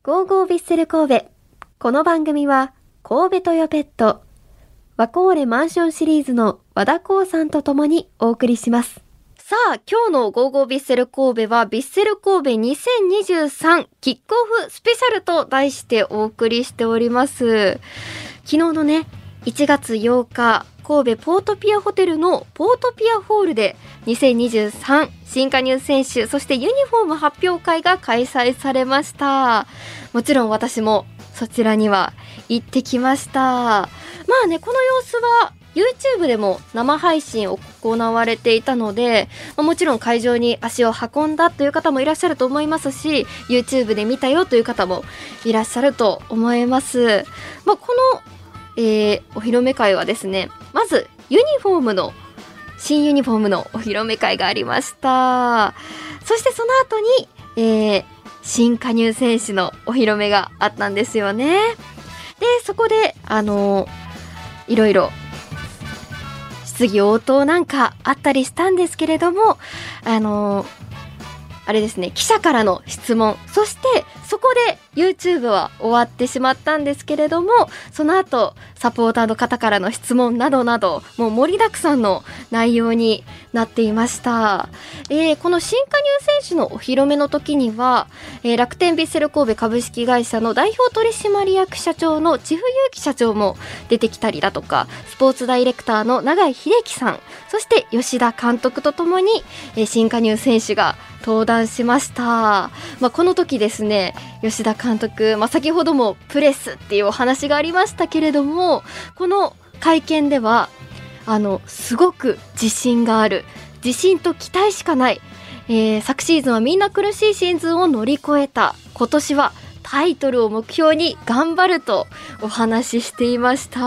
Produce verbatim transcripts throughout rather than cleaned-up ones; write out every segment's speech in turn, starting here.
ゴーゴービッセル神戸。この番組は神戸トヨペット、ワコーレマンションシリーズの和田光さんと共にお送りします。さあ、今日のゴーゴービッセル神戸はビッセル神戸にせんにじゅうさんキックオフスペシャルと題してお送りしております。昨日のね、いちがつようか、神戸ポートピアホテルのポートピアホールでにせんにじゅうさん新加入選手、そしてユニフォーム発表会が開催されました。もちろん私もそちらには行ってきました。まあね、この様子は YouTube でも生配信行われていたので、もちろん会場に足を運んだという方もいらっしゃると思いますし、 YouTube で見たよという方もいらっしゃると思います。まあ、この、えー、お披露目会はですね、まずユニフォームの新ユニフォームのお披露目会がありました。そしてその後に、えー、新加入選手のお披露目があったんですよね。で、そこであのー、いろいろ質疑応答なんかあったりしたんですけれども、あのー、あれですね、記者からの質問、そしてそこで YouTube は終わってしまったんですけれども、その後サポーターの方からの質問などなど、もう盛りだくさんの内容になっていました。えー、この新加入選手のお披露目の時には、えー、楽天ヴィッセル神戸株式会社の代表取締役社長の千布勇樹社長も出てきたりだとか、スポーツダイレクターの永井秀樹さん、そして吉田監督とともに、えー、新加入選手が登壇しました。まあ、この時ですね、吉田監督、まあ、先ほどもプレスっていうお話がありましたけれども、この会見ではあのすごく自信がある、自信と期待しかない、えー、昨シーズンはみんな苦しいシーズンを乗り越えた、今年はタイトルを目標に頑張るとお話ししていました。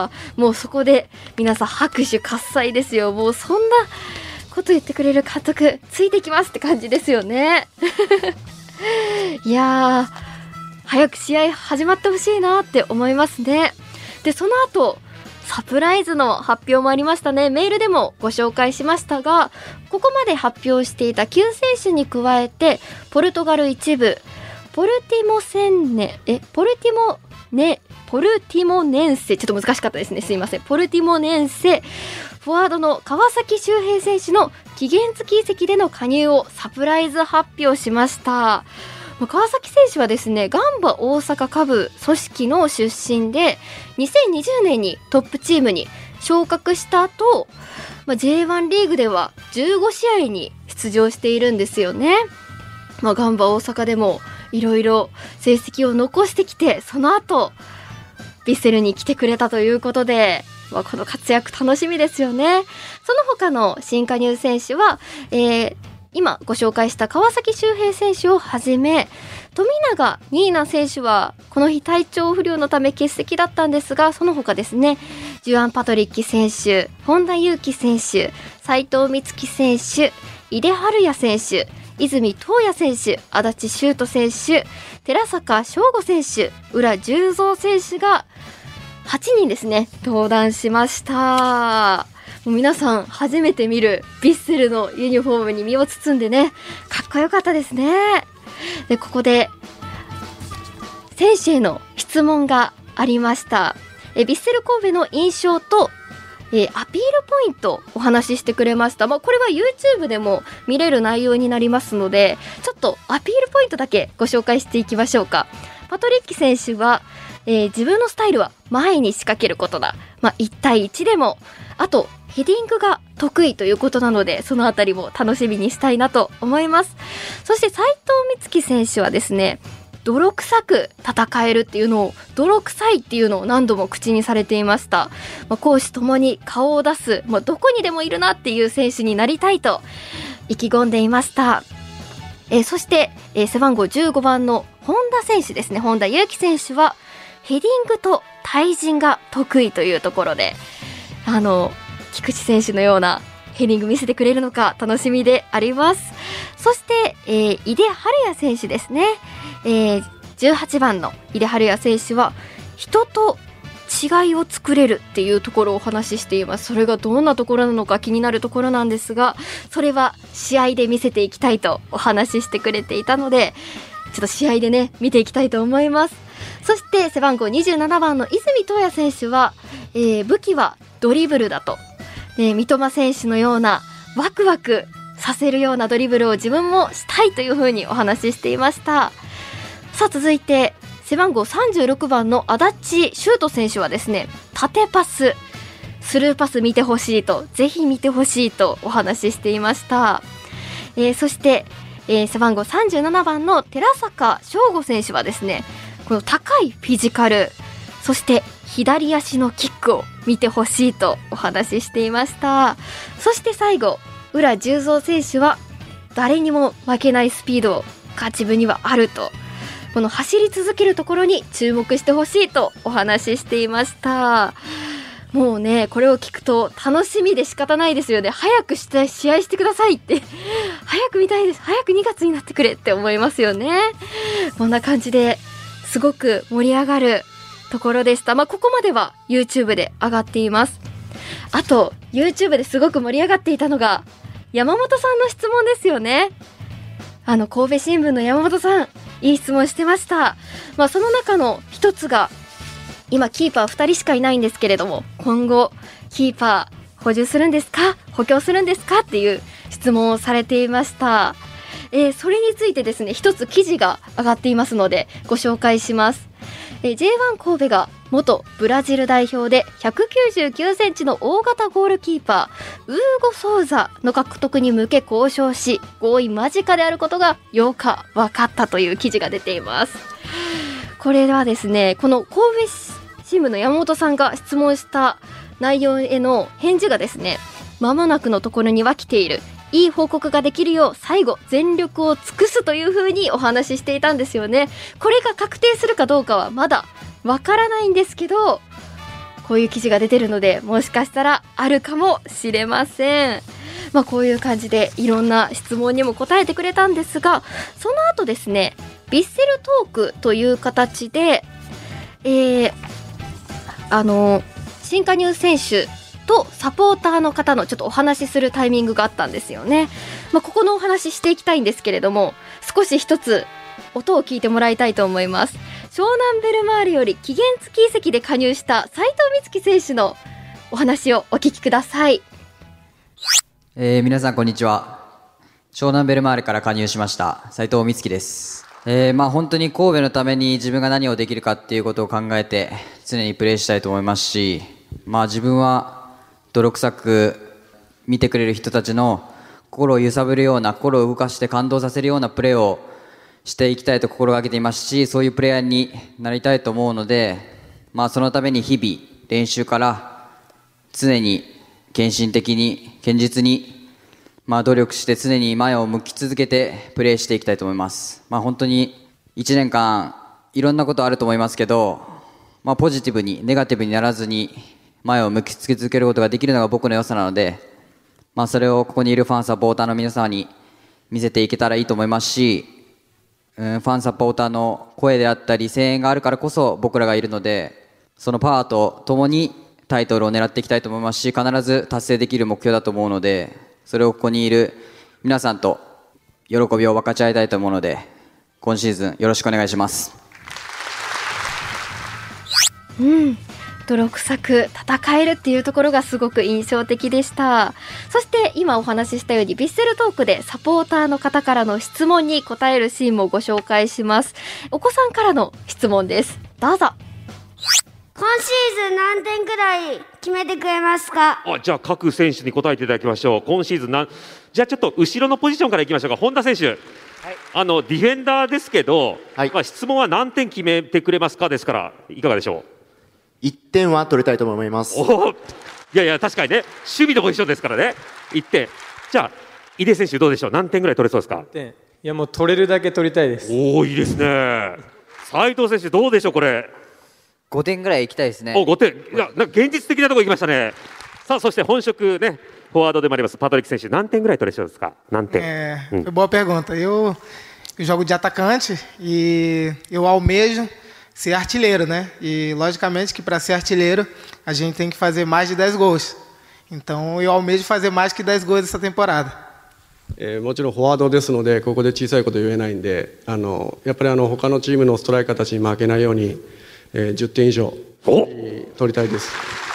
もうそこで皆さん拍手喝采ですよ。もうそんなこと言ってくれる監督ついてきますって感じですよね。いやー、早く試合始まってほしいなって思いますね。で、その後サプライズの発表もありましたね。メールでもご紹介しましたが、ここまで発表していたきゅう選手に加えて、ポルトガル一部ポルティモセンネえポルティモネポルティモネンセ、ちょっと難しかったですね、すいません。ポルティモネンセフォワードの川崎修平選手の期限付き移籍での加入をサプライズ発表しました。川崎選手はですね、ガンバ大阪下部組織の出身で、にせんにじゅうねんにトップチームに昇格した後、まあ、ジェイワン リーグではじゅうごしあいに出場しているんですよね。まあ、ガンバ大阪でもいろいろ成績を残してきて、その後ヴィッセルに来てくれたということで、まあ、この活躍楽しみですよね。その他の新加入選手は、えー、今ご紹介した川崎修平選手をはじめ、富永ニーナ選手はこの日体調不良のため欠席だったんですが、その他ですね、ジュアン・パトリッキ選手、本田裕樹選手、斉藤美月選手、井出春也選手、泉東也選手、足立修斗選手、寺坂翔吾選手、浦十三選手がはちにんですね、登壇しました。もう皆さん初めて見るヴィッセルのユニフォームに身を包んでね、かっこよかったですね。で、ここで選手への質問がありました。えヴィッセル神戸の印象とえー、アピールポイントお話ししてくれました。まあ、これは YouTube でも見れる内容になりますので、ちょっとアピールポイントだけご紹介していきましょうか。パトリッキ選手は、えー、自分のスタイルは前に仕掛けることだ、まあ、いちたいいちでも、あとヘディングが得意ということなので、そのあたりも楽しみにしたいなと思います。そして斉藤美月選手はですね、泥臭く戦えるっていうのを、泥臭いっていうのを何度も口にされていました。まあ、攻守ともに顔を出す、まあ、どこにでもいるなっていう選手になりたいと意気込んでいました。えー、そして、えー、背番号じゅうごばんの本田選手ですね、本田裕樹選手はヘディングと対人が得意というところで、あの菊池選手のようなヘディング見せてくれるのか楽しみであります。そして、えー、井出春也選手ですね、えー、じゅうはちばんの井出春也選手は人と違いを作れるっていうところをお話ししています。それがどんなところなのか気になるところなんですが、それは試合で見せていきたいとお話ししてくれていたので、 ちょっと試合でね見ていきたいと思います。そして背番号にじゅうななばんの泉東也選手は、えー、武器はドリブルだと、で三笘選手のようなワクワクさせるようなドリブルを自分もしたいというふうにお話ししていました。さあ続いて背番号さんじゅうろくばんの足立修斗選手はですね、縦パススルーパス見てほしいと、ぜひ見てほしいとお話ししていました。えー、そして、えー、背番号さんじゅうななばんの寺坂翔吾選手はですね、この高いフィジカル、そして左足のキックを見てほしいとお話ししていました。そして最後浦十三選手は誰にも負けないスピードが自分にはあると、この走り続けるところに注目してほしいとお話ししていました。もうねこれを聞くと楽しみで仕方ないですよね。早くして試合してくださいって早く見たいです、早くにがつになってくれって思いますよね。こんな感じですごく盛り上がるところでした。まあここまでは YouTube で上がっています。あと YouTube ですごく盛り上がっていたのが山本さんの質問ですよね。あの神戸新聞の山本さん、いい質問してました。まあその中の一つが、今キーパーふたりしかいないんですけれども、今後キーパー補充するんですか、補強するんですかっていう質問をされていました。えー、それについてですね一つ記事が上がっていますのでご紹介します。えー、ジェイワン 神戸が元ブラジル代表でひゃくきゅうじゅうきゅうセンチの大型ゴールキーパーウーゴ・ソウザの獲得に向け交渉し、合意間近であることがようか分かったという記事が出ています。これはですね、この神戸新聞の山本さんが質問した内容への返事がですね、間もなくのところには来ている、いい報告ができるよう最後全力を尽くすというふうにお話ししていたんですよね。これが確定するかどうかはまだわからないんですけど、こういう記事が出てるのでもしかしたらあるかもしれません。まあこういう感じでいろんな質問にも答えてくれたんですが、その後ですねビッセルトークという形で、えー、あの新加入選手とサポーターの方のちょっとお話しするタイミングがあったんですよね。まあ、ここのお話ししていきたいんですけれども、少し一つ音を聞いてもらいたいと思います。湘南ベルマーレより期限付き移籍で加入した斉藤美月選手のお話をお聞きください。 えー、皆さんこんにちは。湘南ベルマーレから加入しました斉藤美月です。えー、まあ本当に神戸のために自分が何をできるかっていうことを考えて常にプレーしたいと思いますし、まあ自分は泥臭く見てくれる人たちの心を揺さぶるような、心を動かして感動させるようなプレーをしていきたいと心がけていますし、そういうプレイヤーになりたいと思うので、まあそのために日々練習から常に献身的に堅実にまあ努力して常に前を向き続けてプレーしていきたいと思います。まあ本当にいちねんかんいろんなことあると思いますけど、まあポジティブにネガティブにならずに前を向き続けることができるのが僕の良さなので、まあそれをここにいるファンサポーターの皆様に見せていけたらいいと思いますし、うん、ファンサポーターの声であったり声援があるからこそ僕らがいるので、そのパワーとともにタイトルを狙っていきたいと思いますし、必ず達成できる目標だと思うので、それをここにいる皆さんと喜びを分かち合いたいと思うので、今シーズンよろしくお願いします。 うん、泥臭く戦えるっていうところがすごく印象的でした。そして今お話ししたようにヴィッセルトークでサポーターの方からの質問に答えるシーンもご紹介します。お子さんからの質問です。どうぞ。 今シーズン何点くらい決めてくれますか？ あ、じゃあ各選手に答えていただきましょう。今シーズンなんじゃあちょっと後ろのポジションからいきましょうか。本田選手、はい、あのディフェンダーですけど、はい、まあ、質問は何点決めてくれますかですから、いかがでしょう？ いってんは取りたいと思います。 おいやいや確かにね、守備のポジションですからね。いってん。じゃあ井出選手どうでしょう？何点ぐらい取れそうですか？ いやもう取れるだけ取りたいです。 おお、いいですね。斉藤選手どうでしょう？これごてんぐらいいきたいですね。 お、ごてん。いや、なんか現実的なところ行きましたね。さあ、そして本職ね、フォワードでもありますパトリック選手、何点ぐらい取れそうですか？何点？ É, foi boa pergunta. Eu, eu jogo de atacante e eu almejo ser artilheiro, né? E logicamente que para ser artilheiro a gente tem que fazer mais de dez gols. Então eu almejo fazer mais que dez gols essa temporada. えー、もちろんフォワードですのでここで小さいこと言えないんで、あのやっぱりあの他のチームのストライカーたちに負けないように、えー、じゅってん以上取りたいです。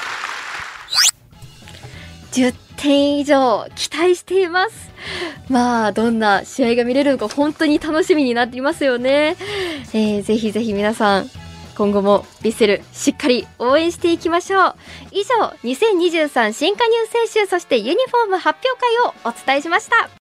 じゅってん以上期待しています。まあどんな試合が見れるのか本当に楽しみになっていますよね。えー、ぜひぜひ皆さん今後もヴィッセルしっかり応援していきましょう。以上にせんにじゅうさん新加入選手そしてユニフォーム発表会をお伝えしました。